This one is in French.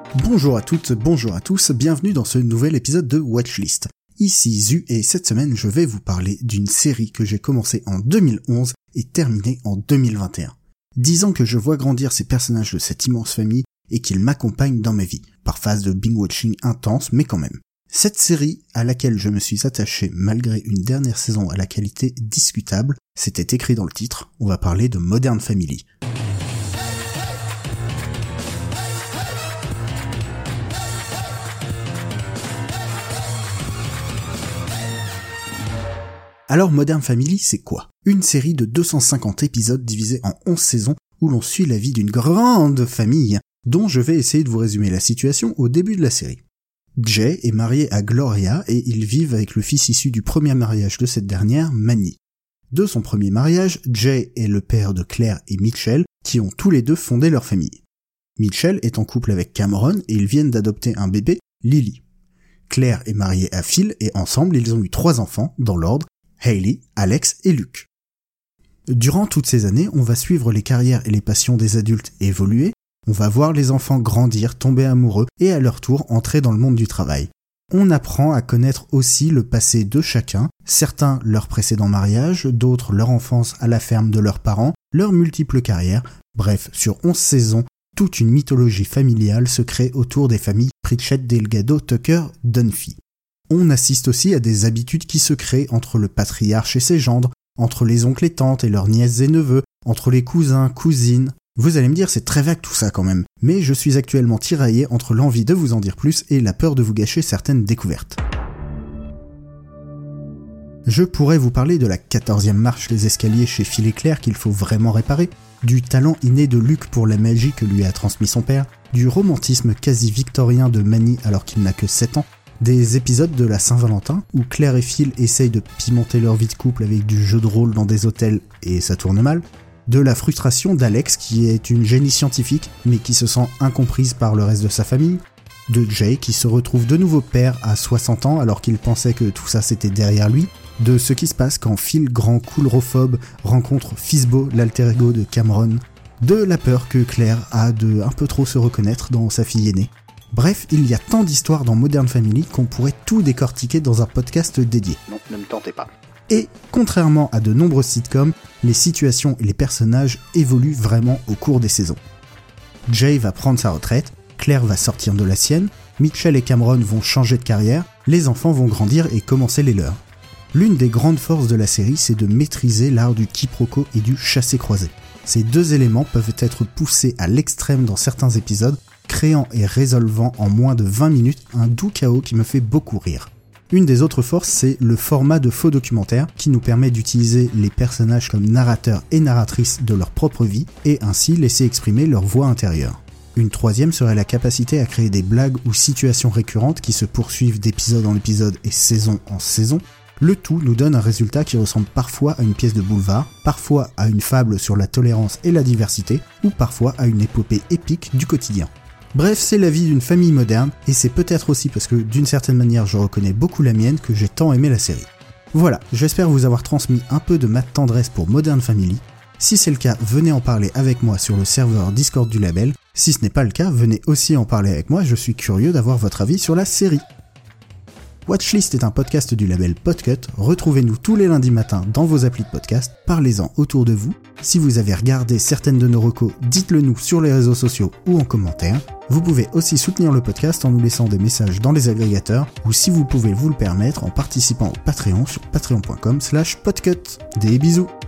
Bonjour à toutes, bonjour à tous, bienvenue dans ce nouvel épisode de Watchlist. Ici Zu et cette semaine je vais vous parler d'une série que j'ai commencée en 2011 et terminée en 2021. 10 ans que je vois grandir ces personnages de cette immense famille et qu'ils m'accompagnent dans ma vie, par phase de binge-watching intense mais quand même. Cette série, à laquelle je me suis attaché malgré une dernière saison à la qualité discutable, c'était écrit dans le titre, on va parler de Modern Family. Alors Modern Family, c'est quoi ? Une série de 250 épisodes divisés en 11 saisons où l'on suit la vie d'une grande famille, dont je vais essayer de vous résumer la situation au début de la série. Jay est marié à Gloria et ils vivent avec le fils issu du premier mariage de cette dernière, Manny. De son premier mariage, Jay est le père de Claire et Mitchell, qui ont tous les deux fondé leur famille. Mitchell est en couple avec Cameron et ils viennent d'adopter un bébé, Lily. Claire est mariée à Phil et ensemble ils ont eu 3 enfants, dans l'ordre, Hayley, Alex et Luke. Durant toutes ces années, on va suivre les carrières et les passions des adultes évoluer, on va voir les enfants grandir, tomber amoureux et à leur tour entrer dans le monde du travail. On apprend à connaître aussi le passé de chacun, certains leur précédent mariage, d'autres leur enfance à la ferme de leurs parents, leurs multiples carrières, bref, sur 11 saisons, toute une mythologie familiale se crée autour des familles Pritchett, Delgado, Tucker, Dunphy. On assiste aussi à des habitudes qui se créent entre le patriarche et ses gendres, entre les oncles et tantes et leurs nièces et neveux, entre les cousins, cousines. Vous allez me dire, c'est très vague tout ça quand même, mais je suis actuellement tiraillé entre l'envie de vous en dire plus et la peur de vous gâcher certaines découvertes. Je pourrais vous parler de la 14e marche des escaliers chez Phil et Claire qu'il faut vraiment réparer, du talent inné de Luke pour la magie que lui a transmis son père, du romantisme quasi victorien de Manny alors qu'il n'a que 7 ans, des épisodes de la Saint-Valentin où Claire et Phil essayent de pimenter leur vie de couple avec du jeu de rôle dans des hôtels et ça tourne mal, de la frustration d'Alex qui est une génie scientifique mais qui se sent incomprise par le reste de sa famille, de Jay qui se retrouve de nouveau père à 60 ans alors qu'il pensait que tout ça c'était derrière lui, de ce qui se passe quand Phil, grand coulrophobe, rencontre Fizbo, l'alter ego de Cameron, de la peur que Claire a de un peu trop se reconnaître dans sa fille aînée. Bref, il y a tant d'histoires dans Modern Family qu'on pourrait tout décortiquer dans un podcast dédié. Non, ne me tentez pas. Et, contrairement à de nombreux sitcoms, les situations et les personnages évoluent vraiment au cours des saisons. Jay va prendre sa retraite, Claire va sortir de la sienne, Mitchell et Cameron vont changer de carrière, les enfants vont grandir et commencer les leurs. L'une des grandes forces de la série, c'est de maîtriser l'art du quiproquo et du chassé-croisé. Ces deux éléments peuvent être poussés à l'extrême dans certains épisodes, créant et résolvant en moins de 20 minutes un doux chaos qui me fait beaucoup rire. Une des autres forces, c'est le format de faux documentaire qui nous permet d'utiliser les personnages comme narrateurs et narratrices de leur propre vie et ainsi laisser exprimer leur voix intérieure. Une troisième serait la capacité à créer des blagues ou situations récurrentes qui se poursuivent d'épisode en épisode et saison en saison. Le tout nous donne un résultat qui ressemble parfois à une pièce de boulevard, parfois à une fable sur la tolérance et la diversité, ou parfois à une épopée épique du quotidien. Bref, c'est la vie d'une famille moderne, et c'est peut-être aussi parce que d'une certaine manière je reconnais beaucoup la mienne que j'ai tant aimé la série. Voilà, j'espère vous avoir transmis un peu de ma tendresse pour Modern Family. Si c'est le cas, venez en parler avec moi sur le serveur Discord du label. Si ce n'est pas le cas, venez aussi en parler avec moi, je suis curieux d'avoir votre avis sur la série. Watchlist est un podcast du label Podcut, retrouvez-nous tous les lundis matins dans vos applis de podcast, parlez-en autour de vous. Si vous avez regardé certaines de nos recos, dites-le nous sur les réseaux sociaux ou en commentaire. Vous pouvez aussi soutenir le podcast en nous laissant des messages dans les agrégateurs ou si vous pouvez vous le permettre en participant au Patreon sur patreon.com/podcut. Des bisous.